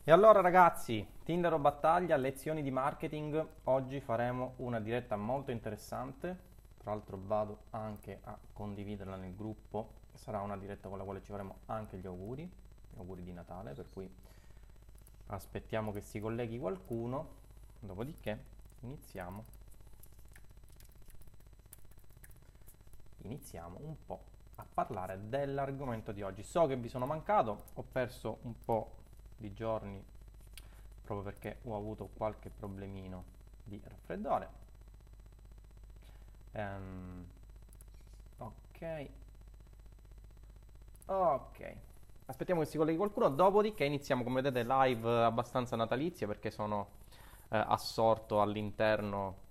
E allora ragazzi, Tinder o battaglia, lezioni di marketing. Oggi faremo una diretta molto interessante. Tra l'altro vado anche a condividerla nel gruppo. Sarà una diretta con la quale ci faremo anche gli auguri di Natale, per cui aspettiamo che si colleghi qualcuno. Dopodiché iniziamo un po' a parlare dell'argomento di oggi. So che vi sono mancato, ho perso un po' di giorni proprio perché ho avuto qualche problemino di raffreddore. Ok, aspettiamo che si colleghi qualcuno, dopodiché iniziamo, come vedete, live abbastanza natalizia perché sono assorto all'interno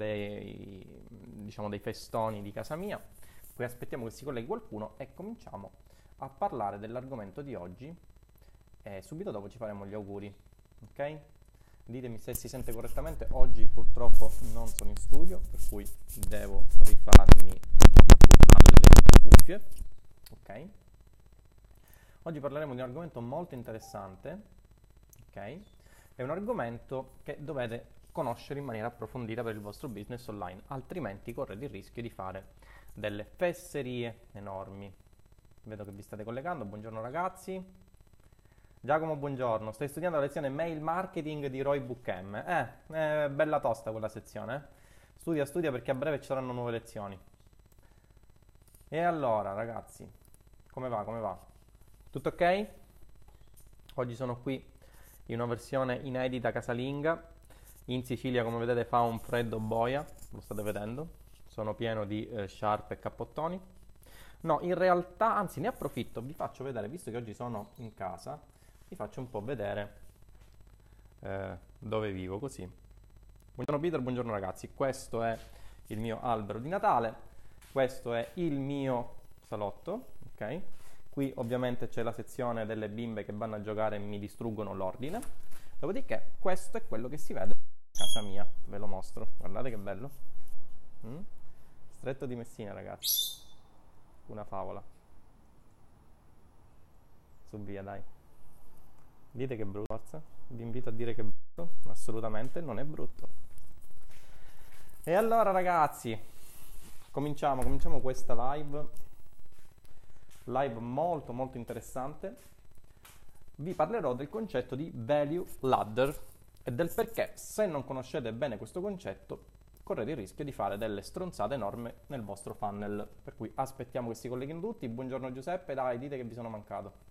dei festoni di casa mia. Poi aspettiamo che si colleghi qualcuno e cominciamo a parlare dell'argomento di oggi e subito dopo ci faremo gli auguri, ok? Ditemi se si sente correttamente. Oggi purtroppo non sono in studio, per cui devo rifarmi alle cuffie, ok? Oggi parleremo di un argomento molto interessante, ok? È un argomento che dovete conoscere in maniera approfondita per il vostro business online, altrimenti correte il rischio di fare delle fesserie enormi. Vedo che vi state collegando, buongiorno ragazzi. Giacomo, buongiorno. Stai studiando la lezione Mail Marketing di Roy Buchem. Bella tosta quella sezione. Studia perché a breve ci saranno nuove lezioni. E allora, ragazzi, come va? Tutto ok? Oggi sono qui in una versione inedita casalinga. In Sicilia, come vedete, fa un freddo boia, lo state vedendo. Sono pieno di sciarpe e cappottoni. No, in realtà, anzi, ne approfitto, vi faccio vedere, visto che oggi sono in casa, vi faccio un po' vedere dove vivo, così. Buongiorno Peter, buongiorno ragazzi. Questo è il mio albero di Natale, questo è il mio salotto, ok? Qui ovviamente c'è la sezione delle bimbe che vanno a giocare e mi distruggono l'ordine. Dopodiché questo è quello che si vede a casa mia, ve lo mostro. Guardate che bello. Stretto di Messina, ragazzi. Una favola. Su via, dai. Dite che è brutto, forza. Vi invito a dire che è brutto. Assolutamente non è brutto. E allora ragazzi, cominciamo questa live molto molto interessante. Vi parlerò del concetto di value ladder e del perché, se non conoscete bene questo concetto, correte il rischio di fare delle stronzate enormi nel vostro funnel. Per cui aspettiamo che si colleghino tutti. Buongiorno Giuseppe, dai, dite che vi sono mancato.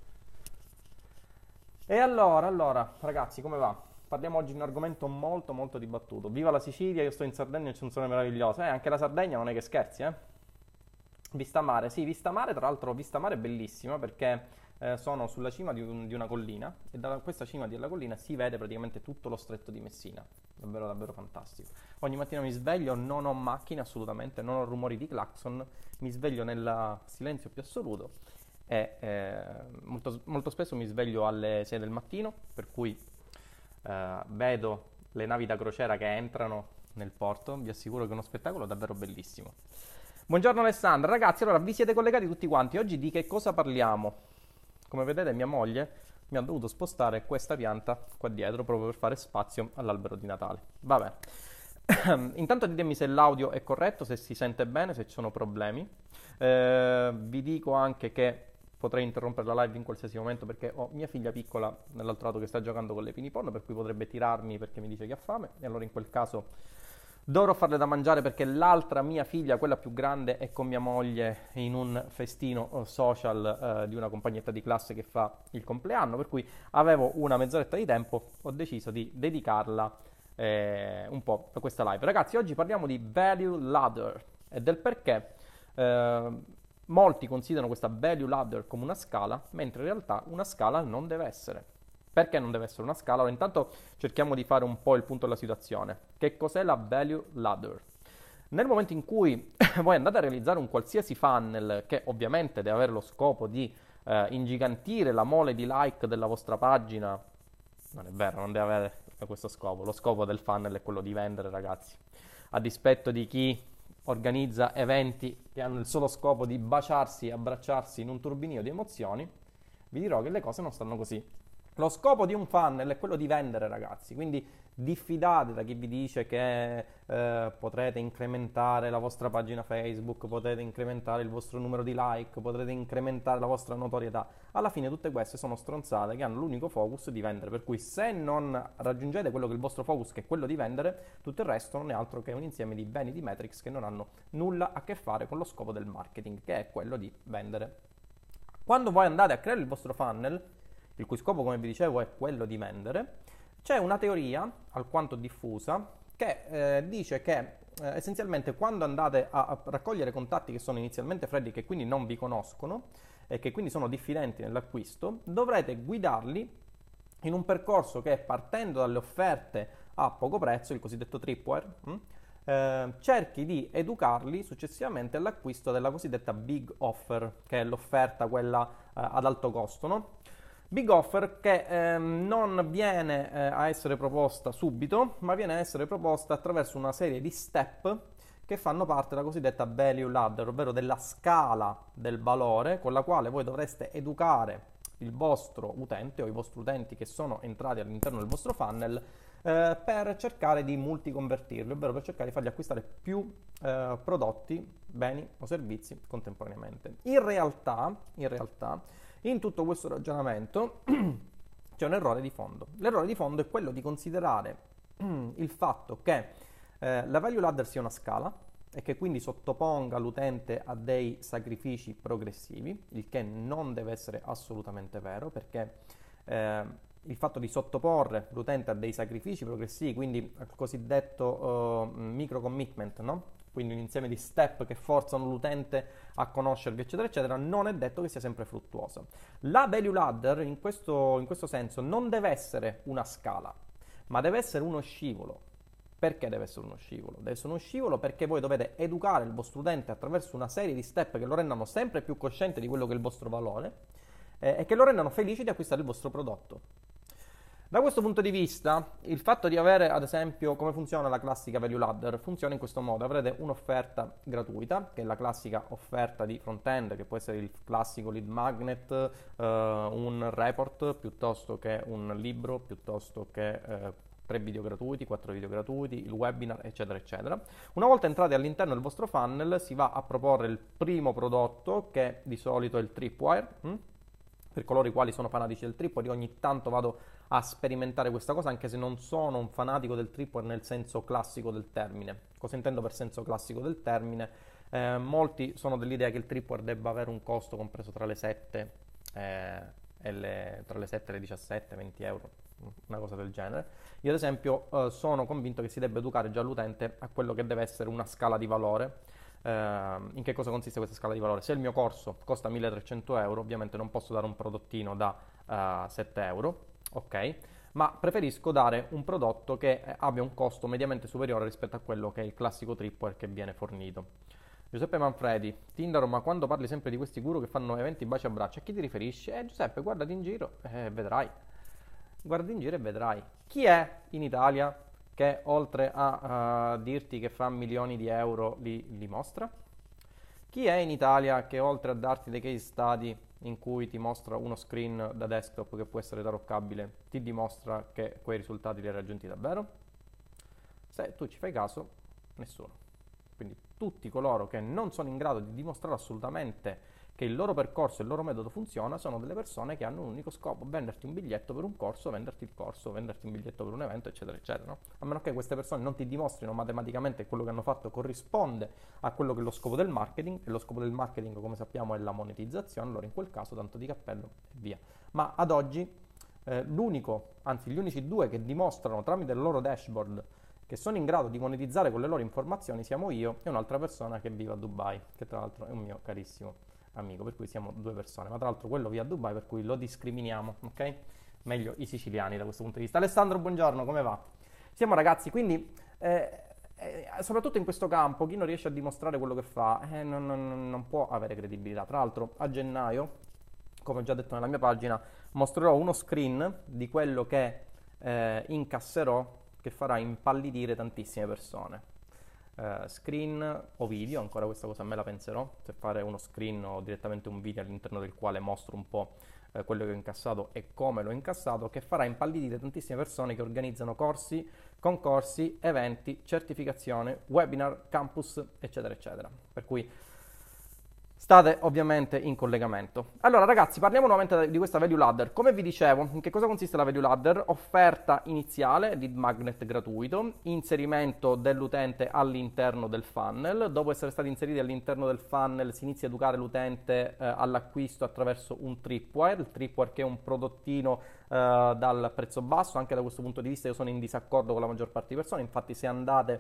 E allora, ragazzi, come va? Parliamo oggi di un argomento molto molto dibattuto. Viva la Sicilia, io sto in Sardegna e c'è un sole meraviglioso. Anche la Sardegna non è che scherzi, eh? Vista mare, sì, vista mare, tra l'altro vista mare è bellissima perché sono sulla cima di una collina e da questa cima della collina si vede praticamente tutto lo stretto di Messina. Davvero davvero fantastico. Ogni mattina mi sveglio, non ho macchine assolutamente, non ho rumori di clacson, mi sveglio nel silenzio più assoluto e molto spesso mi sveglio alle 6 del mattino, per cui vedo le navi da crociera che entrano nel porto. Vi assicuro che è uno spettacolo davvero bellissimo. Buongiorno Alessandra, ragazzi, allora vi siete collegati tutti quanti, oggi di che cosa parliamo? Come vedete mia moglie mi ha dovuto spostare questa pianta qua dietro proprio per fare spazio all'albero di Natale. Vabbè, intanto ditemi se l'audio è corretto, se si sente bene, se ci sono problemi. Vi dico anche che potrei interrompere la live in qualsiasi momento perché ho mia figlia piccola nell'altro lato che sta giocando con le pinipon, per cui potrebbe tirarmi perché mi dice che ha fame e allora in quel caso dovrò farle da mangiare perché l'altra mia figlia, quella più grande, è con mia moglie in un festino social di una compagnetta di classe che fa il compleanno, per cui avevo una mezz'oretta di tempo, ho deciso di dedicarla un po' a questa live. Ragazzi, oggi parliamo di value ladder e del perché molti considerano questa value ladder come una scala, mentre in realtà una scala non deve essere. Perché non deve essere una scala? Allora, intanto cerchiamo di fare un po' il punto della situazione. Che cos'è la value ladder? Nel momento in cui voi andate a realizzare un qualsiasi funnel, che ovviamente deve avere lo scopo di ingigantire la mole di like della vostra pagina, non è vero, non deve avere questo scopo. Lo scopo del funnel è quello di vendere, ragazzi. A dispetto di chi organizza eventi che hanno il solo scopo di baciarsi e abbracciarsi in un turbinio di emozioni, vi dirò che le cose non stanno così. Lo scopo di un funnel è quello di vendere, ragazzi, quindi diffidate da chi vi dice che potrete incrementare la vostra pagina Facebook, potete incrementare il vostro numero di like, potrete incrementare la vostra notorietà. Alla fine tutte queste sono stronzate che hanno l'unico focus di vendere, per cui se non raggiungete quello che è il vostro focus, che è quello di vendere, tutto il resto non è altro che un insieme di beni, di metrics che non hanno nulla a che fare con lo scopo del marketing, che è quello di vendere. Quando voi andate a creare il vostro funnel, il cui scopo, come vi dicevo, è quello di vendere, c'è una teoria alquanto diffusa che dice che essenzialmente quando andate a raccogliere contatti che sono inizialmente freddi, che quindi non vi conoscono e che quindi sono diffidenti nell'acquisto, dovrete guidarli in un percorso che, partendo dalle offerte a poco prezzo, il cosiddetto tripwire, cerchi di educarli successivamente all'acquisto della cosiddetta big offer, che è l'offerta quella ad alto costo, no? Big offer che non viene a essere proposta subito, ma viene a essere proposta attraverso una serie di step che fanno parte della cosiddetta value ladder, ovvero della scala del valore con la quale voi dovreste educare il vostro utente o i vostri utenti che sono entrati all'interno del vostro funnel per cercare di multiconvertirli, ovvero per cercare di fargli acquistare più prodotti, beni o servizi contemporaneamente. In realtà, in tutto questo ragionamento c'è un errore di fondo. L'errore di fondo è quello di considerare il fatto che la value ladder sia una scala e che quindi sottoponga l'utente a dei sacrifici progressivi, il che non deve essere assolutamente vero, perché il fatto di sottoporre l'utente a dei sacrifici progressivi, quindi al cosiddetto micro commitment, no? Quindi un insieme di step che forzano l'utente a conoscervi, eccetera, eccetera, non è detto che sia sempre fruttuosa. La value ladder, in questo senso, non deve essere una scala, ma deve essere uno scivolo. Perché deve essere uno scivolo? Deve essere uno scivolo perché voi dovete educare il vostro utente attraverso una serie di step che lo rendano sempre più cosciente di quello che è il vostro valore e che lo rendano felice di acquistare il vostro prodotto. Da questo punto di vista, il fatto di avere, ad esempio, come funziona la classica value ladder, funziona in questo modo: avrete un'offerta gratuita, che è la classica offerta di front-end, che può essere il classico lead magnet, un report, piuttosto che un libro, piuttosto che 3 video gratuiti, 4 video gratuiti, il webinar, eccetera, eccetera. Una volta entrati all'interno del vostro funnel, si va a proporre il primo prodotto, che di solito è il tripwire. Per coloro i quali sono fanatici del tripwire, io ogni tanto vado a sperimentare questa cosa, anche se non sono un fanatico del tripwire nel senso classico del termine. Cosa intendo per senso classico del termine? Molti sono dell'idea che il tripwire debba avere un costo compreso tra le 7 e le 17, 20 euro, una cosa del genere. Io ad esempio sono convinto che si debba educare già l'utente a quello che deve essere una scala di valore. In che cosa consiste questa scala di valore? Se il mio corso costa 1300 euro, ovviamente non posso dare un prodottino da 7 euro, ok? Ma preferisco dare un prodotto che abbia un costo mediamente superiore rispetto a quello che è il classico tripwire che viene fornito. Giuseppe Manfredi, Tindaro, ma quando parli sempre di questi guru che fanno eventi baci a braccia, a chi ti riferisci? Giuseppe, guardati in giro e vedrai. Guarda in giro e vedrai. Chi è in Italia che oltre a dirti che fa milioni di euro li mostra? Chi è in Italia che oltre a darti dei case study in cui ti mostra uno screen da desktop che può essere taroccabile, ti dimostra che quei risultati li hai raggiunti davvero? Se tu ci fai caso, nessuno. Quindi tutti coloro che non sono in grado di dimostrare assolutamente che il loro percorso e il loro metodo funziona sono delle persone che hanno un unico scopo: venderti un biglietto per un corso, venderti il corso, venderti un biglietto per un evento, eccetera, eccetera, no? A meno che queste persone non ti dimostrino matematicamente che quello che hanno fatto corrisponde a quello che è lo scopo del marketing, e lo scopo del marketing, come sappiamo, è la monetizzazione, allora in quel caso tanto di cappello e via. Ma ad oggi gli unici due che dimostrano tramite il loro dashboard che sono in grado di monetizzare con le loro informazioni siamo io e un'altra persona che vive a Dubai, che tra l'altro è un mio carissimo amico, per cui siamo due persone, ma tra l'altro quello vive a Dubai, per cui lo discriminiamo, ok? Meglio i siciliani da questo punto di vista. Alessandro, buongiorno, come va? Siamo ragazzi, quindi soprattutto in questo campo chi non riesce a dimostrare quello che fa non può avere credibilità. Tra l'altro a gennaio, come ho già detto nella mia pagina, mostrerò uno screen di quello che incasserò, che farà impallidire tantissime persone. Screen o video, ancora questa cosa me la penserò, se fare uno screen o direttamente un video all'interno del quale mostro un po' quello che ho incassato e come l'ho incassato, che farà impallidire tantissime persone che organizzano corsi, concorsi, eventi, certificazione, webinar, campus, eccetera, eccetera. Per cui state ovviamente in collegamento. Allora ragazzi, parliamo nuovamente di questa value ladder. Come vi dicevo, in che cosa consiste la value ladder? Offerta iniziale, lead magnet gratuito, inserimento dell'utente all'interno del funnel. Dopo essere stati inseriti all'interno del funnel si inizia a educare l'utente all'acquisto attraverso un tripwire. Il tripwire che è un prodottino dal prezzo basso. Anche da questo punto di vista io sono in disaccordo con la maggior parte di persone. Infatti se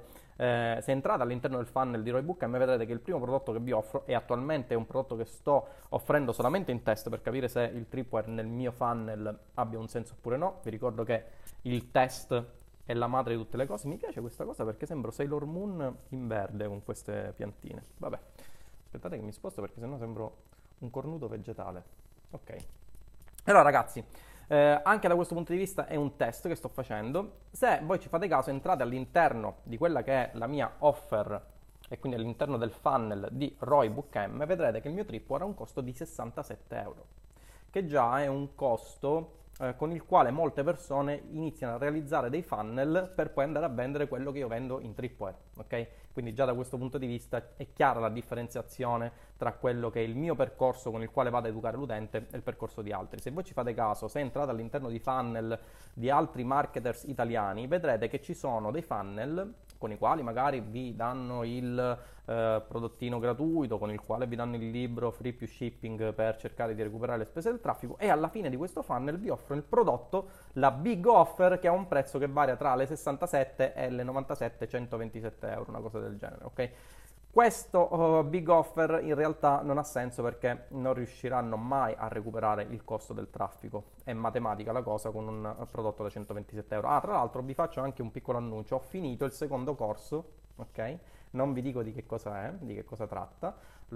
entrate all'interno del funnel di Roybook vedrete che il primo prodotto che vi offro è attualmente un prodotto che sto offrendo solamente in test per capire se il tripwire nel mio funnel abbia un senso oppure no. Vi ricordo che il test è la madre di tutte le cose. Mi piace questa cosa perché sembro Sailor Moon in verde con queste piantine. Vabbè, aspettate che mi sposto perché sennò sembro un cornuto vegetale. Ok. Allora ragazzi, anche da questo punto di vista è un test che sto facendo. Se voi ci fate caso, entrate all'interno di quella che è la mia offer e quindi all'interno del funnel di Roybook M, vedrete che il mio tripwire ha un costo di 67 euro, che già è un costo con il quale molte persone iniziano a realizzare dei funnel per poi andare a vendere quello che io vendo in tripwire, ok? Quindi già da questo punto di vista è chiara la differenziazione tra quello che è il mio percorso con il quale vado ad educare l'utente e il percorso di altri. Se voi ci fate caso, se entrate all'interno di funnel di altri marketers italiani, vedrete che ci sono dei funnel con i quali magari vi danno il prodottino gratuito, con il quale vi danno il libro free più shipping per cercare di recuperare le spese del traffico, e alla fine di questo funnel vi offrono il prodotto, la big offer, che ha un prezzo che varia tra le 67 e le 97, 127 euro, una cosa del genere, ok? Questo big offer in realtà non ha senso perché non riusciranno mai a recuperare il costo del traffico. È matematica la cosa con un prodotto da 127 euro. Ah, tra l'altro vi faccio anche un piccolo annuncio. Ho finito il secondo corso, ok? Non vi dico di che cosa è, di che cosa tratta.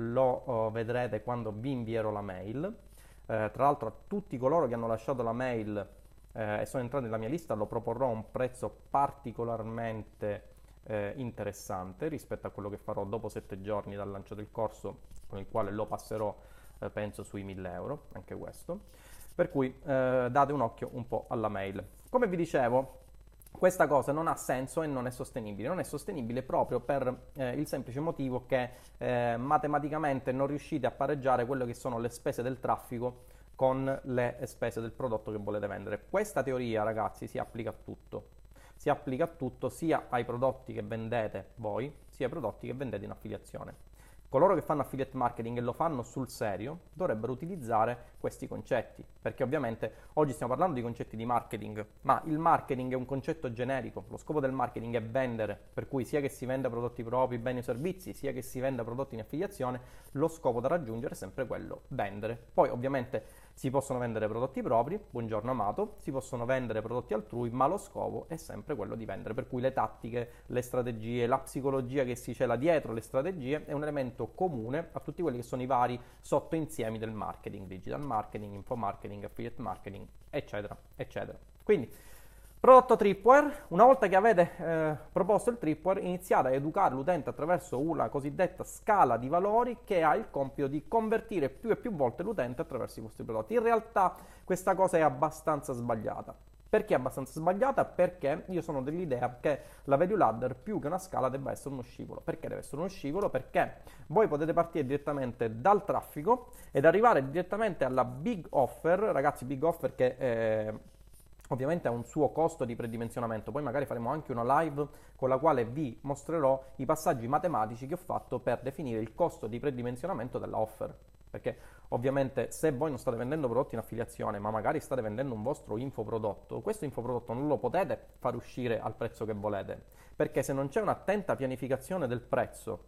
Lo vedrete quando vi invierò la mail. Tra l'altro a tutti coloro che hanno lasciato la mail e sono entrati nella mia lista lo proporrò a un prezzo particolarmente interessante rispetto a quello che farò dopo 7 giorni dal lancio del corso, con il quale lo passerò penso sui 1000 euro, anche questo, per cui date un occhio un po' alla mail. Come vi dicevo, questa cosa non ha senso e non è sostenibile. Non è sostenibile proprio per il semplice motivo che matematicamente non riuscite a pareggiare quello che sono le spese del traffico con le spese del prodotto che volete vendere. Questa teoria, ragazzi, si applica a tutto. Si applica a tutto, sia ai prodotti che vendete voi, sia ai prodotti che vendete in affiliazione. Coloro che fanno affiliate marketing e lo fanno sul serio dovrebbero utilizzare questi concetti, perché ovviamente oggi stiamo parlando di concetti di marketing, ma il marketing è un concetto generico. Lo scopo del marketing è vendere, per cui sia che si venda prodotti propri, beni o servizi, sia che si venda prodotti in affiliazione, lo scopo da raggiungere è sempre quello, vendere. Poi ovviamente si possono vendere prodotti propri, buongiorno Amato, si possono vendere prodotti altrui, ma lo scopo è sempre quello di vendere, per cui le tattiche, le strategie, la psicologia che si cela dietro le strategie è un elemento comune a tutti quelli che sono i vari sottoinsiemi del marketing, digital marketing, info marketing, affiliate marketing, eccetera, eccetera. Quindi, prodotto tripwire, una volta che avete proposto il tripwire, iniziate a educare l'utente attraverso una cosiddetta scala di valori che ha il compito di convertire più e più volte l'utente attraverso i vostri prodotti. In realtà questa cosa è abbastanza sbagliata. Perché è abbastanza sbagliata? Perché io sono dell'idea che la value ladder più che una scala debba essere uno scivolo. Perché deve essere uno scivolo? Perché voi potete partire direttamente dal traffico ed arrivare direttamente alla big offer. Ragazzi, big offer che ovviamente ha un suo costo di predimensionamento. Poi magari faremo anche una live con la quale vi mostrerò i passaggi matematici che ho fatto per definire il costo di predimensionamento della offer. Perché ovviamente se voi non state vendendo prodotti in affiliazione, ma magari state vendendo un vostro infoprodotto, questo infoprodotto non lo potete far uscire al prezzo che volete, perché se non c'è un'attenta pianificazione del prezzo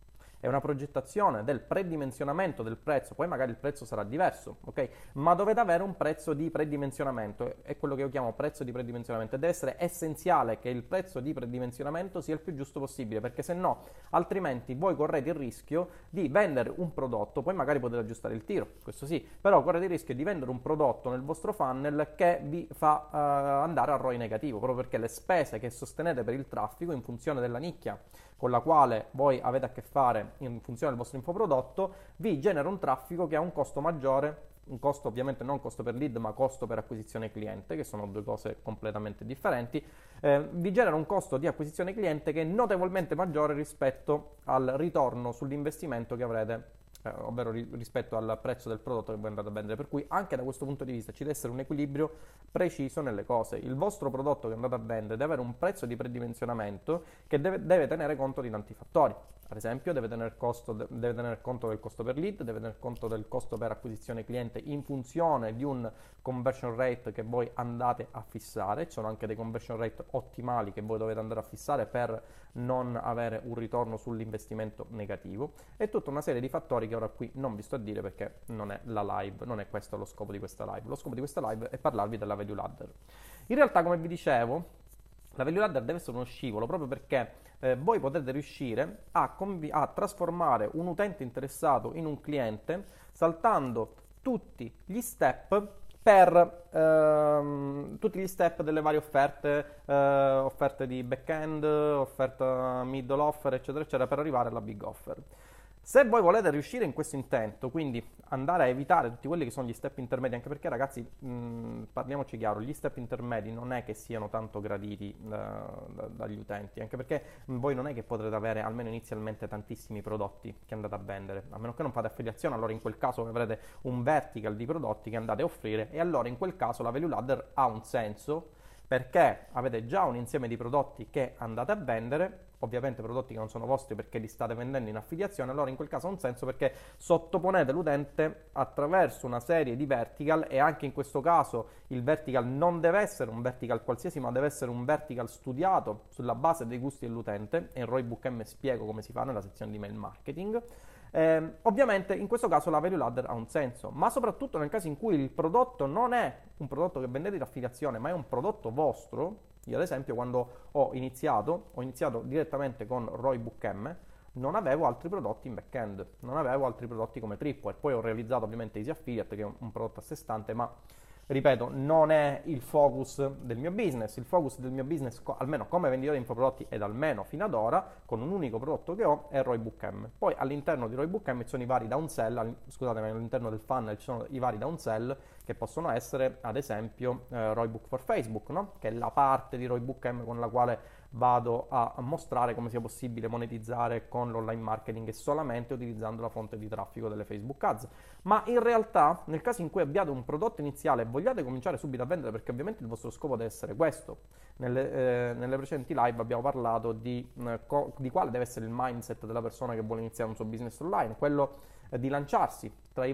è una progettazione del predimensionamento del prezzo, poi magari il prezzo sarà diverso, ok? Ma dovete avere un prezzo di predimensionamento, è quello che io chiamo prezzo di predimensionamento, e deve essere essenziale che il prezzo di predimensionamento sia il più giusto possibile, perché se no, altrimenti voi correte il rischio di vendere un prodotto, poi magari potete aggiustare il tiro, questo sì, però correte il rischio di vendere un prodotto nel vostro funnel che vi fa andare a ROI negativo, proprio perché le spese che sostenete per il traffico in funzione della nicchia con la quale voi avete a che fare in funzione del vostro infoprodotto vi genera un traffico che ha un costo maggiore un costo ovviamente non costo per lead, ma costo per acquisizione cliente, che sono due cose completamente differenti, vi genera un costo di acquisizione cliente che è notevolmente maggiore rispetto al ritorno sull'investimento che avrete, ovvero rispetto al prezzo del prodotto che voi andate a vendere. Per cui anche da questo punto di vista ci deve essere un equilibrio preciso nelle cose. Il vostro prodotto che andate a vendere deve avere un prezzo di predimensionamento che deve tenere conto di tanti fattori. Ad esempio deve tener conto del costo per lead, deve tener conto del costo per acquisizione cliente in funzione di un conversion rate che voi andate a fissare. Ci sono anche dei conversion rate ottimali che voi dovete andare a fissare per non avere un ritorno sull'investimento negativo, e tutta una serie di fattori che ora qui non vi sto a dire perché non è la live, non è questo lo scopo di questa live. Lo scopo di questa live è parlarvi della value ladder. In realtà, come vi dicevo, la value ladder deve essere uno scivolo proprio perché voi potrete riuscire a trasformare un utente interessato in un cliente saltando tutti gli step delle varie offerte, offerte di back-end, offerta middle offer, eccetera, eccetera, per arrivare alla big offer. Se voi volete riuscire in questo intento, quindi andare a evitare tutti quelli che sono gli step intermedi, anche perché ragazzi, parliamoci chiaro, gli step intermedi non è che siano tanto graditi dagli utenti, anche perché voi non è che potrete avere, almeno inizialmente, tantissimi prodotti che andate a vendere, a meno che non fate affiliazione. Allora in quel caso avrete un vertical di prodotti che andate a offrire, e allora in quel caso la value ladder ha un senso, perché avete già un insieme di prodotti che andate a vendere, ovviamente prodotti che non sono vostri perché li state vendendo in affiliazione. Allora in quel caso ha un senso perché sottoponete l'utente attraverso una serie di vertical, e anche in questo caso il vertical non deve essere un vertical qualsiasi, ma deve essere un vertical studiato sulla base dei gusti dell'utente, e in Roybook M spiego come si fa nella sezione di mail marketing. Ovviamente in questo caso la value ladder ha un senso, ma soprattutto nel caso in cui il prodotto non è un prodotto che vendete in affiliazione, ma è un prodotto vostro. Io ad esempio, quando ho iniziato direttamente con Roybook M, non avevo altri prodotti in back-end, non avevo altri prodotti come Tripwire. Poi ho realizzato ovviamente Easy Affiliate, che è un prodotto a sé stante, ma ripeto, non è il focus del mio business. Il focus del mio business, almeno come venditore di infoprodotti, ed almeno fino ad ora, con un unico prodotto che ho, è Roybook M. Poi all'interno di Roybook M ci sono i vari downsell, scusatemi, all'interno del funnel ci sono i vari downsell, che possono essere ad esempio Roybook for Facebook, no? Che è la parte di Roybook M con la quale vado a mostrare come sia possibile monetizzare con l'online marketing e solamente utilizzando la fonte di traffico delle Facebook Ads. Ma in realtà, nel caso in cui abbiate un prodotto iniziale e vogliate cominciare subito a vendere, perché ovviamente il vostro scopo deve essere questo, nelle precedenti live abbiamo parlato di quale deve essere il mindset della persona che vuole iniziare un suo business online, quello di lanciarsi. Tra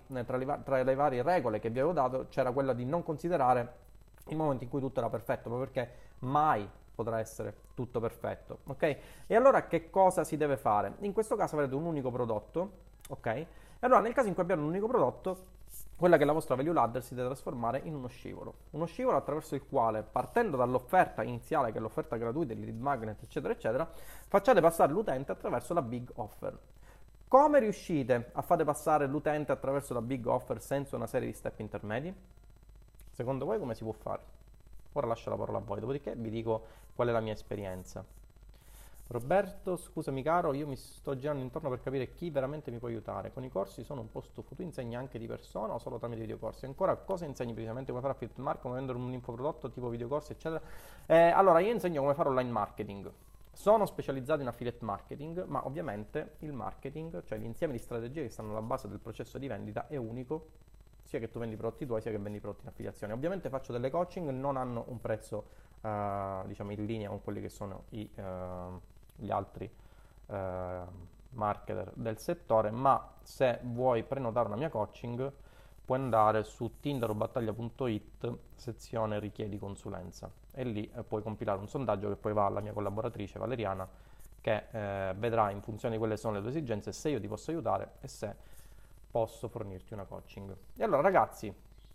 le varie regole che vi avevo dato c'era quella di non considerare il momento in cui tutto era perfetto, proprio perché mai potrà essere tutto perfetto, ok? E allora che cosa si deve fare? In questo caso avrete un unico prodotto, ok? E allora nel caso in cui abbiate un unico prodotto, quella che è la vostra value ladder si deve trasformare in uno scivolo attraverso il quale, partendo dall'offerta iniziale, che è l'offerta gratuita, il lead magnet, eccetera, eccetera, facciate passare l'utente attraverso la big offer. Come riuscite a fare passare l'utente attraverso la big offer senza una serie di step intermedi? Secondo voi come si può fare? Ora lascio la parola a voi, dopodiché vi dico qual è la mia esperienza. Roberto, scusami caro, io mi sto girando intorno per capire chi veramente mi può aiutare. Con i corsi sono un po' stufo. Tu insegni anche di persona o solo tramite videocorsi? Ancora, cosa insegni precisamente? Come fare affiliate marketing, come vendere un infoprodotto tipo videocorsi, eccetera? Allora, io insegno come fare online marketing. Sono specializzato in affiliate marketing, ma ovviamente il marketing, cioè l'insieme di strategie che stanno alla base del processo di vendita, è unico, sia che tu vendi prodotti tuoi, sia che vendi prodotti in affiliazione. Ovviamente faccio delle coaching, non hanno un prezzo diciamo in linea con quelli che sono gli altri marketer del settore, ma se vuoi prenotare una mia coaching puoi andare su tinderobattaglia.it, sezione richiedi consulenza, e lì puoi compilare un sondaggio che poi va alla mia collaboratrice Valeriana, che vedrà in funzione di quelle sono le tue esigenze se io ti posso aiutare e se posso fornirti una coaching. E allora ragazzi,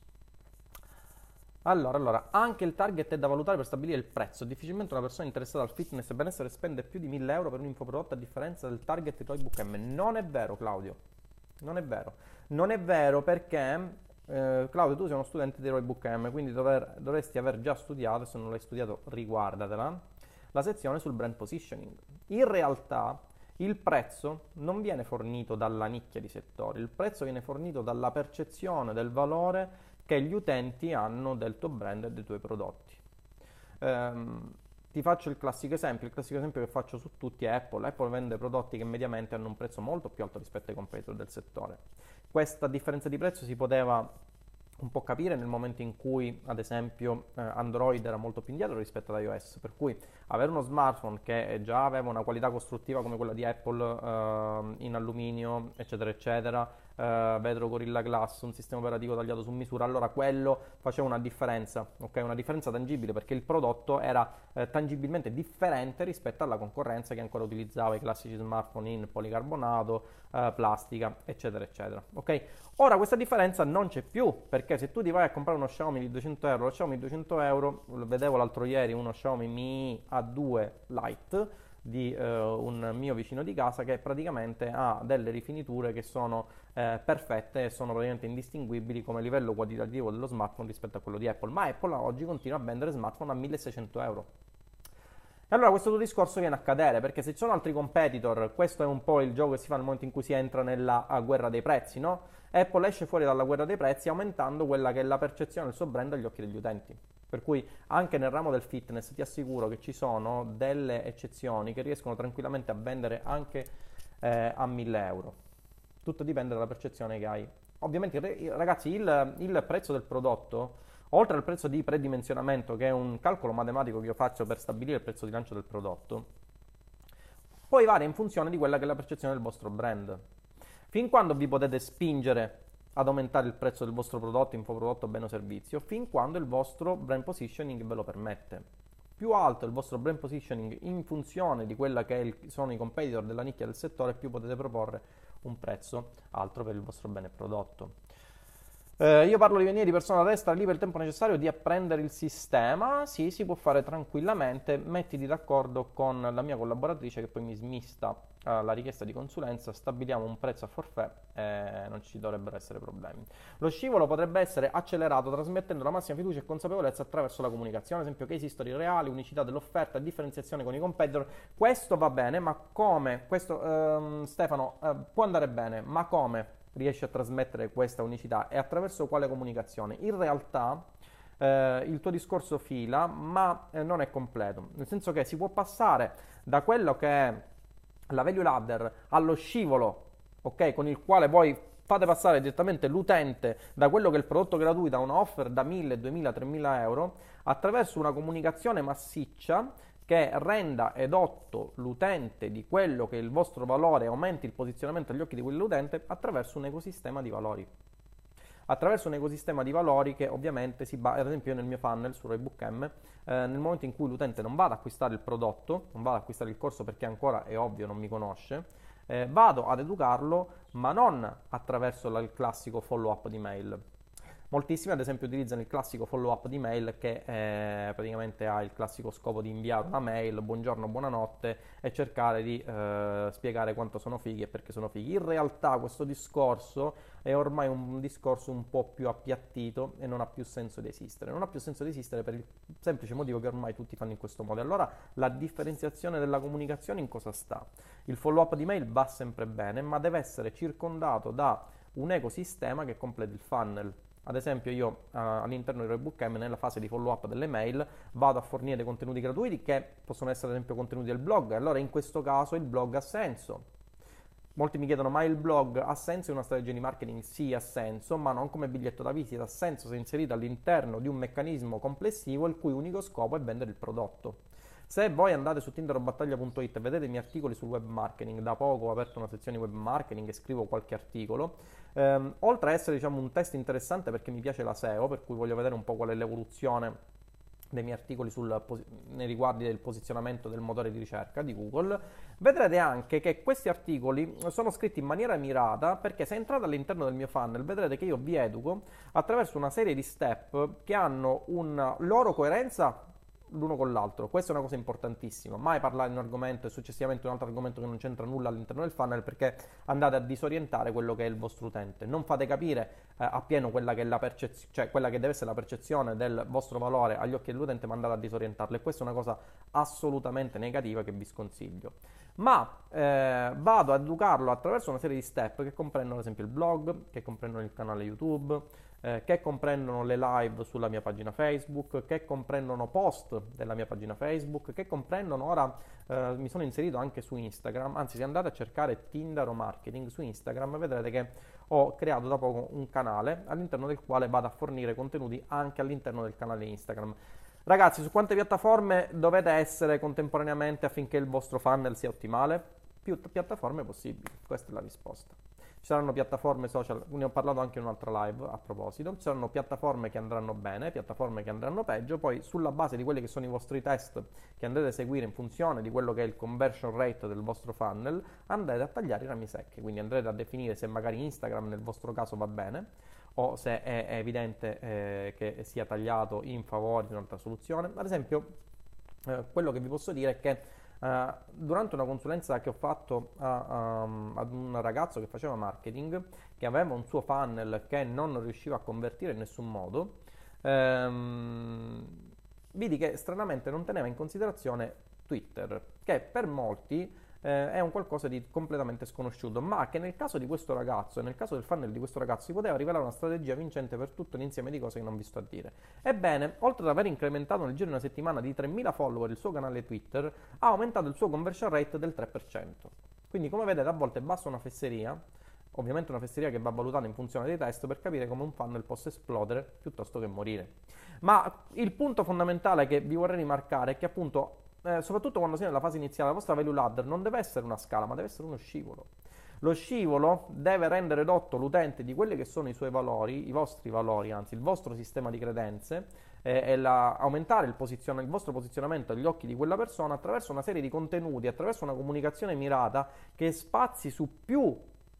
allora, anche il target è da valutare per stabilire il prezzo. Difficilmente una persona interessata al fitness e benessere spende più di 1.000 euro per un infoprodotto a differenza del target di Roybook M. Non è vero, Claudio. Non è vero. Non è vero perché, Claudio, tu sei uno studente di Roybook M, quindi dovresti aver già studiato, se non l'hai studiato riguardatela, la sezione sul brand positioning. In realtà il prezzo non viene fornito dalla nicchia di settore, il prezzo viene fornito dalla percezione del valore che gli utenti hanno del tuo brand e dei tuoi prodotti. Ti faccio il classico esempio che faccio su tutti è Apple. Apple vende prodotti che mediamente hanno un prezzo molto più alto rispetto ai competitor del settore. Questa differenza di prezzo si poteva un po' capire nel momento in cui, ad esempio, Android era molto più indietro rispetto ad iOS, per cui avere uno smartphone che già aveva una qualità costruttiva come quella di Apple, in alluminio, eccetera, eccetera, vetro Gorilla Glass, un sistema operativo tagliato su misura, allora quello faceva una differenza, ok? Una differenza tangibile, perché il prodotto era tangibilmente differente rispetto alla concorrenza che ancora utilizzava i classici smartphone in policarbonato, plastica, eccetera, eccetera, ok? Ora questa differenza non c'è più, perché se tu ti vai a comprare uno Xiaomi di 200 euro, lo Xiaomi di 200 euro, vedevo l'altro ieri uno Xiaomi Mi A2 Lite di un mio vicino di casa che praticamente ha delle rifiniture che sono perfette e sono praticamente indistinguibili come livello qualitativo dello smartphone rispetto a quello di Apple, ma Apple oggi continua a vendere smartphone a 1600 euro. E allora questo tuo discorso viene a cadere, perché se ci sono altri competitor, questo è un po' il gioco che si fa nel momento in cui si entra nella guerra dei prezzi, no? Apple esce fuori dalla guerra dei prezzi aumentando quella che è la percezione del suo brand agli occhi degli utenti. Per cui anche nel ramo del fitness ti assicuro che ci sono delle eccezioni che riescono tranquillamente a vendere anche a 1000 euro. Tutto dipende dalla percezione che hai. Ovviamente, ragazzi, il prezzo del prodotto, oltre al prezzo di predimensionamento, che è un calcolo matematico che io faccio per stabilire il prezzo di lancio del prodotto, poi varia in funzione di quella che è la percezione del vostro brand. Fin quando vi potete spingere ad aumentare il prezzo del vostro prodotto, infoprodotto, bene o servizio, fin quando il vostro brand positioning ve lo permette. Più alto è il vostro brand positioning in funzione di quella che sono i competitor della nicchia del settore, più potete proporre un prezzo alto per il vostro bene prodotto. Io parlo di venire di persona da stare lì per il tempo necessario di apprendere il sistema. Sì, si può fare tranquillamente. Mettiti d'accordo con la mia collaboratrice che poi mi smista la richiesta di consulenza, stabiliamo un prezzo a forfait e non ci dovrebbero essere problemi. Lo scivolo potrebbe essere accelerato trasmettendo la massima fiducia e consapevolezza attraverso la comunicazione, ad esempio case history reali, unicità dell'offerta, differenziazione con i competitor. Questo va bene, ma come? Questo, Stefano, può andare bene, ma come riesci a trasmettere questa unicità e attraverso quale comunicazione? In realtà il tuo discorso fila, ma non è completo, nel senso che si può passare da quello che è la value ladder allo scivolo, ok, con il quale voi fate passare direttamente l'utente da quello che è il prodotto gratuito a una offer da 1000, 2000, 3000 euro attraverso una comunicazione massiccia che renda edotto l'utente di quello che è il vostro valore e aumenti il posizionamento agli occhi di quell'utente attraverso un ecosistema di valori. Attraverso un ecosistema di valori che ovviamente ad esempio io nel mio funnel su Roybook M, nel momento in cui l'utente non va ad acquistare il prodotto, non va ad acquistare il corso perché ancora è ovvio non mi conosce, vado ad educarlo ma non attraverso il classico follow up di mail. Moltissimi ad esempio utilizzano il classico follow up di mail che praticamente ha il classico scopo di inviare una mail, buongiorno, buonanotte, e cercare di spiegare quanto sono fighi e perché sono fighi. In realtà questo discorso è ormai un discorso un po' più appiattito e non ha più senso di esistere. Non ha più senso di esistere per il semplice motivo che ormai tutti fanno in questo modo. Allora la differenziazione della comunicazione in cosa sta? Il follow up di mail va sempre bene, ma deve essere circondato da un ecosistema che completi il funnel. Ad esempio io all'interno di Roybook M nella fase di follow up delle mail vado a fornire dei contenuti gratuiti che possono essere ad esempio contenuti del blog, allora in questo caso il blog ha senso. Molti mi chiedono ma il blog ha senso in una strategia di marketing? Sì, ha senso, ma non come biglietto da visita, ha senso se inserito all'interno di un meccanismo complessivo il cui unico scopo è vendere il prodotto. Se voi andate su tinderobattaglia.it e vedete i miei articoli sul web marketing, da poco ho aperto una sezione web marketing e scrivo qualche articolo, oltre a essere diciamo un test interessante perché mi piace la SEO, per cui voglio vedere un po' qual è l'evoluzione dei miei articoli nei riguardi del posizionamento del motore di ricerca di Google, vedrete anche che questi articoli sono scritti in maniera mirata perché se entrate all'interno del mio funnel vedrete che io vi educo attraverso una serie di step che hanno una loro coerenza l'uno con l'altro. Questa è una cosa importantissima. Mai parlare di un argomento e successivamente un altro argomento che non c'entra nulla all'interno del funnel, perché andate a disorientare quello che è il vostro utente. Non fate capire appieno quella che è la percezione, cioè quella che deve essere la percezione del vostro valore agli occhi dell'utente, ma andate a disorientarlo. E questa è una cosa assolutamente negativa che vi sconsiglio. Ma vado ad educarlo attraverso una serie di step che comprendono ad esempio il blog, che comprendono il canale YouTube, che comprendono le live sulla mia pagina Facebook, che comprendono post della mia pagina Facebook, che comprendono ora mi sono inserito anche su Instagram. Anzi, se andate a cercare Tindaro Marketing su Instagram vedrete che ho creato da poco un canale all'interno del quale vado a fornire contenuti anche all'interno del canale Instagram. Ragazzi, su quante piattaforme dovete essere contemporaneamente affinché il vostro funnel sia ottimale? Più piattaforme possibili, questa è la risposta. Ci saranno piattaforme social, ne ho parlato anche in un'altra live a proposito, ci saranno piattaforme che andranno bene, piattaforme che andranno peggio, poi sulla base di quelli che sono i vostri test che andrete a seguire in funzione di quello che è il conversion rate del vostro funnel, andrete a tagliare i rami secchi, quindi andrete a definire se magari Instagram nel vostro caso va bene, o se è evidente che sia tagliato in favore di un'altra soluzione. Ad esempio, quello che vi posso dire è che durante una consulenza che ho fatto ad un ragazzo che faceva marketing, che aveva un suo funnel che non riusciva a convertire in nessun modo, vidi che stranamente non teneva in considerazione Twitter, che per molti è un qualcosa di completamente sconosciuto, ma che nel caso di questo ragazzo e nel caso del funnel di questo ragazzo si poteva rivelare una strategia vincente per tutto l'insieme di cose che non vi sto a dire. Ebbene, oltre ad aver incrementato nel giro di una settimana di 3.000 follower il suo canale Twitter, ha aumentato il suo conversion rate del 3%. Quindi, come vedete, a volte basta una fesseria, ovviamente una fesseria che va valutata in funzione dei test, per capire come un funnel possa esplodere piuttosto che morire. Ma il punto fondamentale che vi vorrei rimarcare è che appunto soprattutto quando siete nella fase iniziale, la vostra value ladder non deve essere una scala, ma deve essere uno scivolo. Lo scivolo deve rendere dotto l'utente di quelli che sono i suoi valori, i vostri valori, anzi il vostro sistema di credenze, aumentare il vostro posizionamento agli occhi di quella persona attraverso una serie di contenuti, attraverso una comunicazione mirata che spazi su più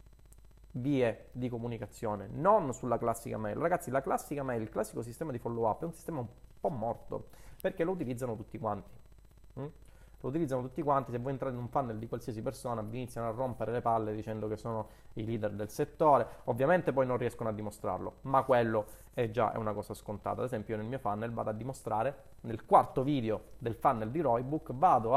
vie di comunicazione, non sulla classica mail. Ragazzi, la classica mail, il classico sistema di follow up è un sistema un po' morto, perché lo utilizzano tutti quanti. Lo utilizzano tutti quanti. Se voi entrate in un funnel di qualsiasi persona vi iniziano a rompere le palle dicendo che sono i leader del settore. Ovviamente poi non riescono a dimostrarlo, ma quello è già una cosa scontata. Ad esempio io nel mio funnel vado a dimostrare, nel quarto video del funnel di Roybook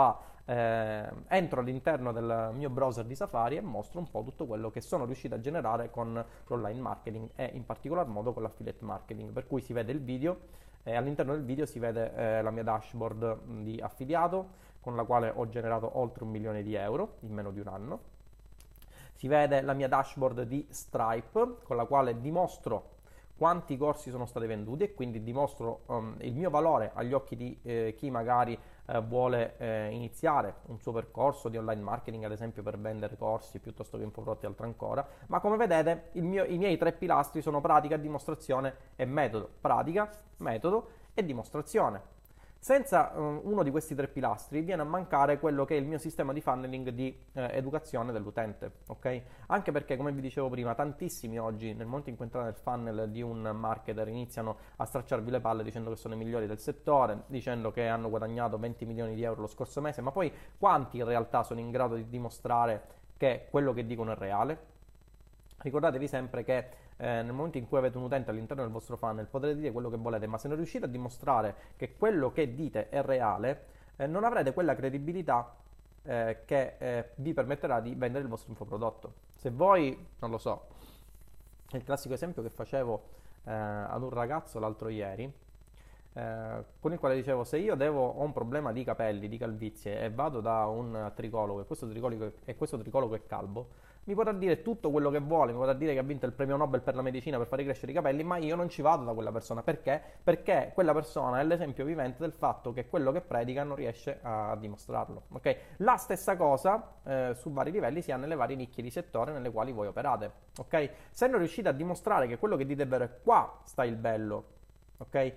entro all'interno del mio browser di Safari e mostro un po' tutto quello che sono riuscito a generare con l'online marketing e in particolar modo con l'affiliate marketing, per cui si vede il video. All'interno del video si vede la mia dashboard di affiliato con la quale ho generato oltre 1 milione di euro in meno di un anno. Si vede la mia dashboard di Stripe con la quale dimostro quanti corsi sono stati venduti e quindi dimostro il mio valore agli occhi di chi magari vuole iniziare un suo percorso di online marketing, ad esempio per vendere corsi piuttosto che infoprodotti e altro ancora. Ma come vedete i miei 3 pilastri sono pratica, dimostrazione e metodo. Pratica, metodo e dimostrazione. Senza uno di questi 3 pilastri viene a mancare quello che è il mio sistema di funneling di educazione dell'utente, ok? Anche perché, come vi dicevo prima, tantissimi oggi nel momento in cui entrate nel funnel di un marketer iniziano a stracciarvi le palle dicendo che sono i migliori del settore, dicendo che hanno guadagnato 20 milioni di euro lo scorso mese, ma poi quanti in realtà sono in grado di dimostrare che quello che dicono è reale? Ricordatevi sempre che nel momento in cui avete un utente all'interno del vostro funnel potrete dire quello che volete, ma se non riuscite a dimostrare che quello che dite è reale, non avrete quella credibilità che vi permetterà di vendere il vostro infoprodotto. Se voi, non lo so, è il classico esempio che facevo ad un ragazzo l'altro ieri, con il quale dicevo: se io ho un problema di capelli, di calvizie e vado da un tricologo e questo tricologo è calvo, mi potrà dire tutto quello che vuole, mi potrà dire che ha vinto il premio Nobel per la medicina per fare crescere i capelli, ma io non ci vado da quella persona. Perché? Perché quella persona è l'esempio vivente del fatto che quello che predica non riesce a dimostrarlo, ok? La stessa cosa su vari livelli si ha nelle varie nicchie di settore nelle quali voi operate, ok? Se non riuscite a dimostrare che quello che dite è vero e qua sta il bello, ok?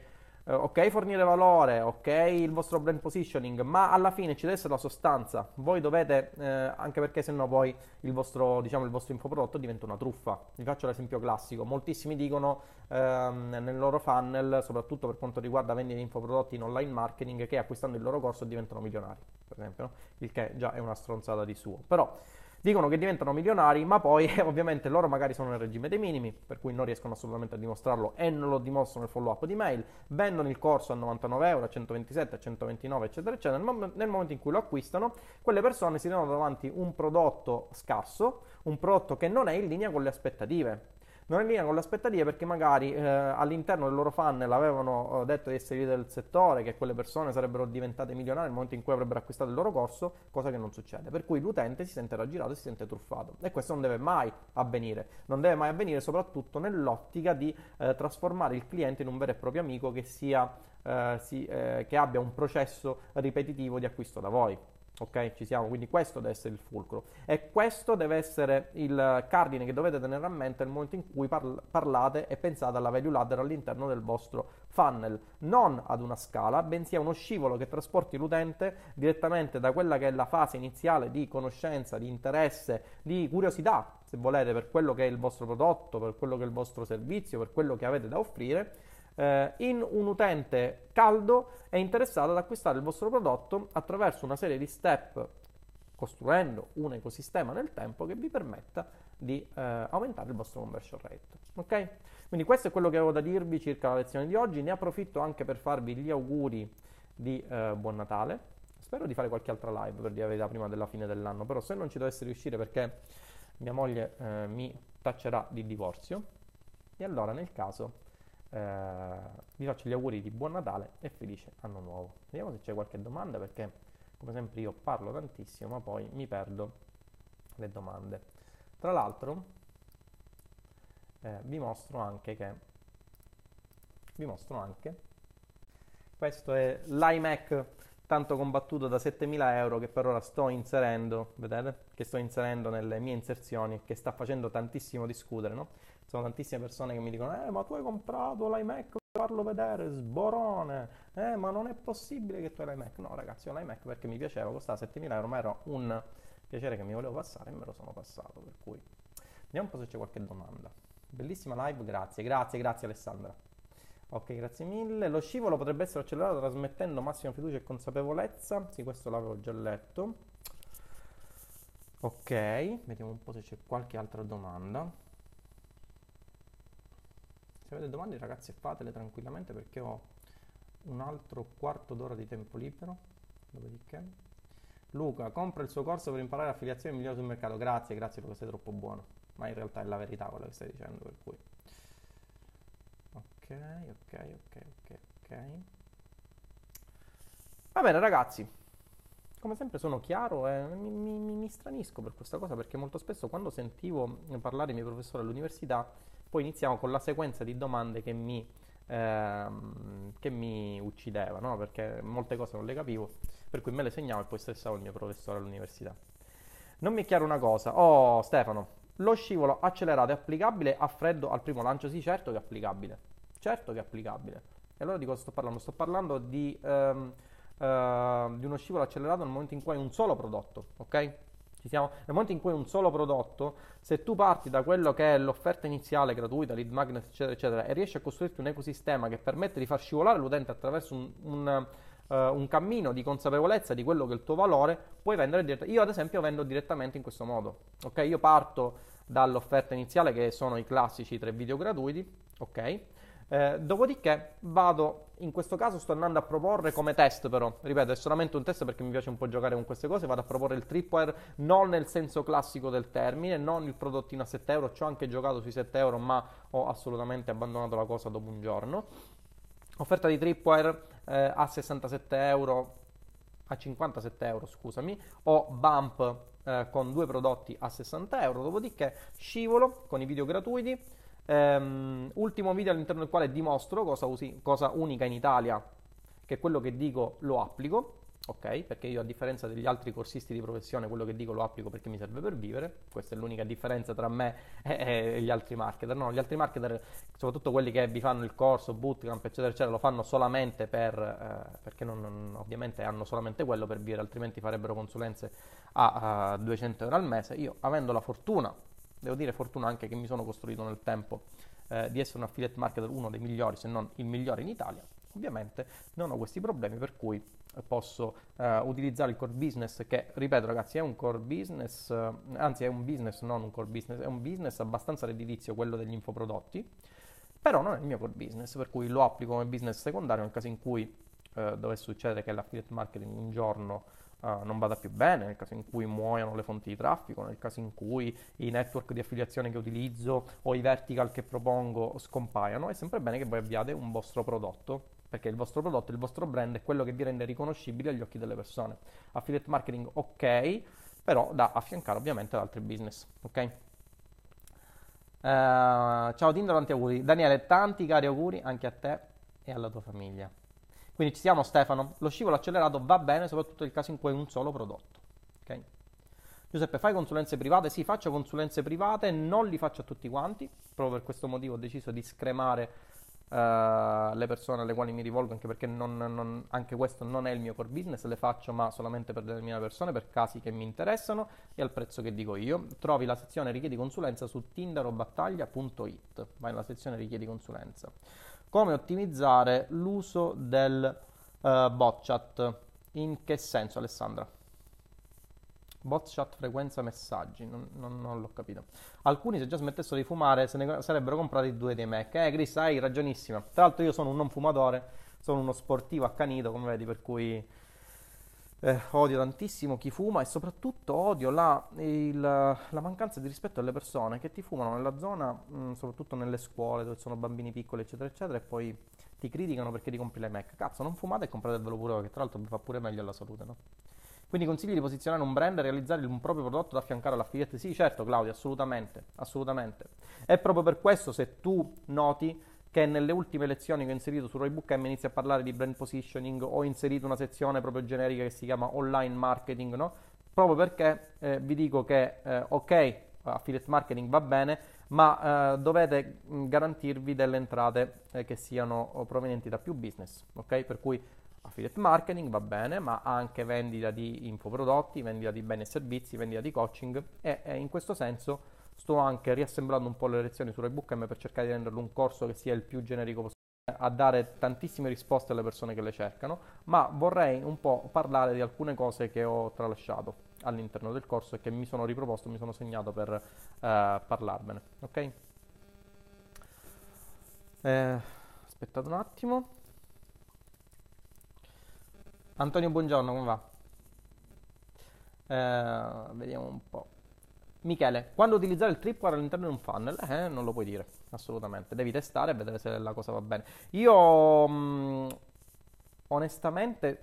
ok fornire valore, ok il vostro brand positioning, ma alla fine ci deve essere la sostanza. Voi dovete, anche perché sennò poi il vostro, diciamo, il vostro infoprodotto diventa una truffa. Vi faccio l'esempio classico. Moltissimi dicono nel loro funnel, soprattutto per quanto riguarda vendita di infoprodotti in online marketing, che acquistando il loro corso diventano milionari, per esempio, no? Il che già è una stronzata di suo. Però dicono che diventano milionari, ma poi ovviamente loro magari sono nel regime dei minimi, per cui non riescono assolutamente a dimostrarlo e non lo dimostrano nel follow up di mail, vendono il corso a 99 euro, a 127, a 129, eccetera, eccetera. Nel momento in cui lo acquistano, quelle persone si trovano davanti un prodotto scarso, un prodotto che non è in linea con le aspettative. Non è in linea con le aspettative perché magari all'interno del loro funnel avevano detto di essere leader del settore, che quelle persone sarebbero diventate milionarie nel momento in cui avrebbero acquistato il loro corso, cosa che non succede. Per cui l'utente si sente raggirato e si sente truffato. E questo non deve mai avvenire. Non deve mai avvenire soprattutto nell'ottica di trasformare il cliente in un vero e proprio amico che che abbia un processo ripetitivo di acquisto da voi. Ok, ci siamo, quindi questo deve essere il fulcro e questo deve essere il cardine che dovete tenere a mente nel momento in cui parlate e pensate alla value ladder all'interno del vostro funnel, non ad una scala, bensì a uno scivolo che trasporti l'utente direttamente da quella che è la fase iniziale di conoscenza, di interesse, di curiosità, se volete, per quello che è il vostro prodotto, per quello che è il vostro servizio, per quello che avete da offrire, in un utente caldo e interessato ad acquistare il vostro prodotto attraverso una serie di step, costruendo un ecosistema nel tempo che vi permetta di aumentare il vostro conversion rate. Ok? Quindi questo è quello che avevo da dirvi circa la lezione di oggi. Ne approfitto anche per farvi gli auguri di buon Natale. Spero di fare qualche altra live, per dire la verità, prima della fine dell'anno, però se non ci dovesse riuscire perché mia moglie mi taccerà di divorzio, e allora nel caso vi faccio gli auguri di buon Natale e felice anno nuovo. Vediamo se c'è qualche domanda, perché come sempre io parlo tantissimo ma poi mi perdo le domande. Tra l'altro vi mostro anche questo è l'iMac tanto combattuto da 7.000 euro che per ora sto inserendo, vedete? Che sto inserendo nelle mie inserzioni, che sta facendo tantissimo discutere, no? Sono tantissime persone che mi dicono ma tu hai comprato l'iMac per farlo vedere, sborone, ma non è possibile che tu hai l'iMac. No ragazzi, ho l'iMac perché mi piaceva, costava 7.000 euro, ma era un piacere che mi volevo passare e me lo sono passato, per cui vediamo un po' se c'è qualche domanda. Bellissima live, grazie Alessandra. Ok, grazie mille. Lo scivolo potrebbe essere accelerato trasmettendo massima fiducia e consapevolezza. Sì, questo l'avevo già letto. Ok, vediamo un po' se c'è qualche altra domanda. Se avete domande ragazzi fatele tranquillamente perché ho un altro quarto d'ora di tempo libero. Dopodiché Luca, compra il suo corso per imparare affiliazione migliore sul mercato. Grazie Luca, sei troppo buono. Ma in realtà è la verità quello che stai dicendo, per cui ok. Va bene ragazzi, come sempre sono chiaro e mi stranisco per questa cosa, perché molto spesso quando sentivo parlare i miei professori all'università poi iniziamo con la sequenza di domande che mi uccideva, no? Perché molte cose non le capivo, per cui me le segnavo e poi stressavo il mio professore all'università. Non mi è chiaro una cosa. Oh Stefano, lo scivolo accelerato è applicabile a freddo al primo lancio? Sì, certo che è applicabile. Certo che è applicabile. E allora di cosa sto parlando? Sto parlando di uno scivolo accelerato nel momento in cui hai un solo prodotto, ok? Ci siamo? Nel momento in cui hai un solo prodotto, se tu parti da quello che è l'offerta iniziale gratuita, lead magnet, eccetera, eccetera, e riesci a costruirti un ecosistema che permette di far scivolare l'utente attraverso un cammino di consapevolezza di quello che è il tuo valore, puoi vendere direttamente. Io ad esempio vendo direttamente in questo modo, ok? Io parto dall'offerta iniziale che sono i classici 3 video gratuiti, ok? Dopodiché vado, in questo caso sto andando a proporre come test, però ripeto è solamente un test perché mi piace un po' giocare con queste cose, vado a proporre il tripwire non nel senso classico del termine, non il prodottino a 7 euro, ci ho anche giocato sui 7 euro ma ho assolutamente abbandonato la cosa dopo un giorno. Offerta di tripwire a 67 euro, a 57 euro scusami, o bump con 2 prodotti a 60 euro, dopodiché scivolo con i video gratuiti. Ultimo video all'interno del quale dimostro cosa unica in Italia, che quello che dico lo applico, ok? Perché io, a differenza degli altri corsisti di professione, quello che dico lo applico perché mi serve per vivere. Questa è l'unica differenza tra me e gli altri marketer. No, gli altri marketer, soprattutto quelli che vi fanno il corso, bootcamp, eccetera, eccetera, lo fanno solamente perché ovviamente hanno solamente quello per vivere, altrimenti farebbero consulenze a 200 euro al mese. Io, avendo la fortuna, devo dire fortuna anche che mi sono costruito nel tempo, di essere un affiliate marketer, uno dei migliori, se non il migliore in Italia, ovviamente non ho questi problemi, per cui posso utilizzare il core business, che, ripeto ragazzi, è un core business, anzi è un business, non un core business, è un business abbastanza redditizio, quello degli infoprodotti, però non è il mio core business, per cui lo applico come business secondario nel caso in cui dovesse succedere che l'affiliate marketing un giorno non vada più bene, nel caso in cui muoiano le fonti di traffico, nel caso in cui i network di affiliazione che utilizzo o i vertical che propongo scompaiano. È sempre bene che voi abbiate un vostro prodotto, perché il vostro prodotto, il vostro brand è quello che vi rende riconoscibili agli occhi delle persone. Affiliate marketing ok, però da affiancare ovviamente ad altri business, ok? Ciao Tinder, tanti auguri. Daniele, tanti cari auguri anche a te e alla tua famiglia. Quindi ci siamo, Stefano. Lo scivolo accelerato va bene, soprattutto nel caso in cui hai un solo prodotto. Ok? Giuseppe, fai consulenze private? Sì, faccio consulenze private, non li faccio a tutti quanti. Proprio per questo motivo ho deciso di scremare le persone alle quali mi rivolgo, anche perché anche questo non è il mio core business, le faccio ma solamente per determinate persone, per casi che mi interessano e al prezzo che dico io. Trovi la sezione richiedi consulenza su tinderobattaglia.it, vai nella sezione richiedi consulenza. Come ottimizzare l'uso del bot chat? In che senso, Alessandra? Bot chat frequenza messaggi, non l'ho capito. Alcuni, se già smettessero di fumare, se ne sarebbero comprati 2 dei Mac. Chris, hai ragionissima. Tra l'altro io sono un non fumatore, sono uno sportivo accanito, come vedi, per cui odio tantissimo chi fuma e soprattutto odio la mancanza di rispetto alle persone che ti fumano nella zona, soprattutto nelle scuole dove sono bambini piccoli, eccetera, eccetera, e poi ti criticano perché ti compri le Mac. Cazzo, non fumate e compratevelo pure voi, che tra l'altro vi fa pure meglio alla salute, no? Quindi consigli di posizionare un brand e realizzare un proprio prodotto da affiancare all'affiliate? Sì, certo, Claudio, assolutamente, assolutamente. È proprio per questo, se tu noti che nelle ultime lezioni che ho inserito su Roybook M inizia a parlare di brand positioning, ho inserito una sezione proprio generica che si chiama online marketing, no? Proprio perché vi dico che, ok, affiliate marketing va bene, ma dovete garantirvi delle entrate che siano provenienti da più business, ok? Per cui affiliate marketing va bene, ma anche vendita di infoprodotti, vendita di beni e servizi, vendita di coaching e in questo senso sto anche riassemblando un po' le lezioni su Roybook M per cercare di renderlo un corso che sia il più generico possibile, a dare tantissime risposte alle persone che le cercano, ma vorrei un po' parlare di alcune cose che ho tralasciato all'interno del corso e che mi sono riproposto, mi sono segnato per parlarvene, ok? Aspettate un attimo. Antonio, buongiorno, come va? Vediamo un po'. Michele, quando utilizzare il tripwire all'interno di un funnel? Non lo puoi dire, assolutamente. Devi testare e vedere se la cosa va bene. Io, onestamente,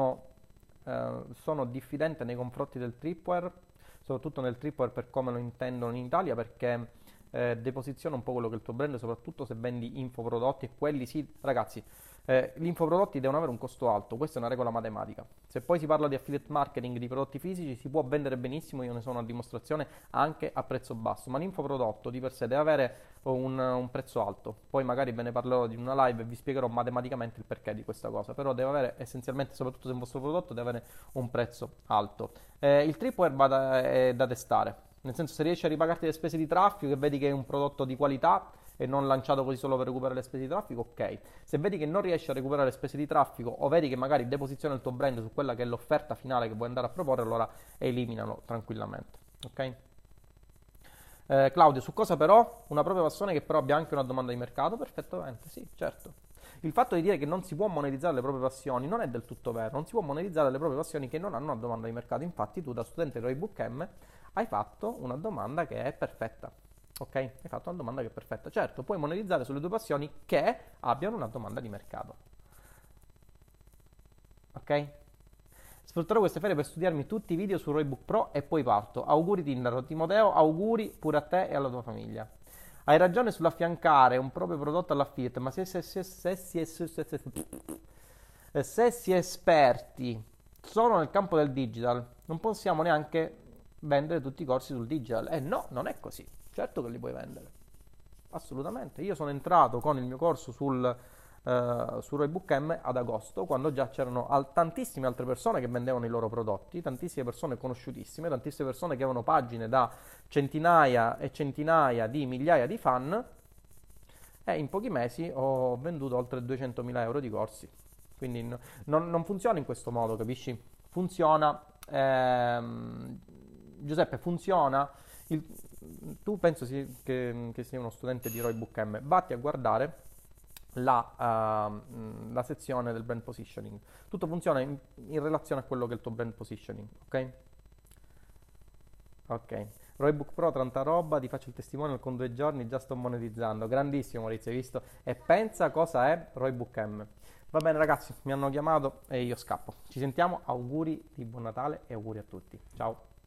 sono diffidente nei confronti del tripwire, soprattutto nel tripwire per come lo intendono in Italia, perché deposiziona un po' quello che è il tuo brand, soprattutto se vendi infoprodotti e quelli sì, ragazzi. Gli infoprodotti devono avere un costo alto, questa è una regola matematica. Se poi si parla di affiliate marketing di prodotti fisici, si può vendere benissimo, io ne sono a dimostrazione, anche a prezzo basso, ma l'infoprodotto di per sé deve avere un prezzo alto. Poi magari ve ne parlerò di una live e vi spiegherò matematicamente il perché di questa cosa, però deve avere essenzialmente, soprattutto se è un vostro prodotto, deve avere un prezzo alto. Il tripwire è da testare, nel senso, se riesci a ripagarti le spese di traffico e vedi che è un prodotto di qualità e non lanciato così solo per recuperare le spese di traffico, ok. Se vedi che non riesci a recuperare le spese di traffico o vedi che magari deposiziona il tuo brand su quella che è l'offerta finale che vuoi andare a proporre, allora eliminalo tranquillamente, ok? Claudio, su cosa però? Una propria passione che però abbia anche una domanda di mercato? Perfettamente, sì, certo. Il fatto di dire che non si può monetizzare le proprie passioni non è del tutto vero, non si può monetizzare le proprie passioni che non hanno una domanda di mercato. Infatti tu, da studente di Roybook M, hai fatto una domanda che è perfetta. Ok? Hai fatto una domanda che è perfetta. Certo, puoi monetizzare sulle tue passioni che abbiano una domanda di mercato. Ok? Sfrutterò queste ferie per studiarmi tutti i video su Roybook Pro e poi parto. Auguri Tinder, Timoteo, auguri pure a te e alla tua famiglia. Hai ragione sull'affiancare un proprio prodotto all'affiliate, ma se si è esperti sono nel campo del digital, non possiamo neanche vendere tutti i corsi sul digital. No, non è così. Certo che li puoi vendere. Assolutamente. Io sono entrato con il mio corso su Roybook M ad agosto, quando già c'erano tantissime altre persone che vendevano i loro prodotti, tantissime persone conosciutissime, tantissime persone che avevano pagine da centinaia e centinaia di migliaia di fan, e in pochi mesi ho venduto oltre 200.000 euro di corsi. Quindi non funziona in questo modo, capisci? Funziona, Giuseppe, funziona. il- Tu penso che sia uno studente di Roybook M, vatti a guardare la sezione del brand positioning. Tutto funziona in relazione a quello che è il tuo brand positioning, ok? Ok. Roybook Pro, tanta roba, ti faccio il testimonial con 2 giorni, già sto monetizzando. Grandissimo Maurizio, hai visto? E pensa cosa è Roybook M. Va bene ragazzi, mi hanno chiamato e io scappo. Ci sentiamo, auguri di buon Natale e auguri a tutti. Ciao.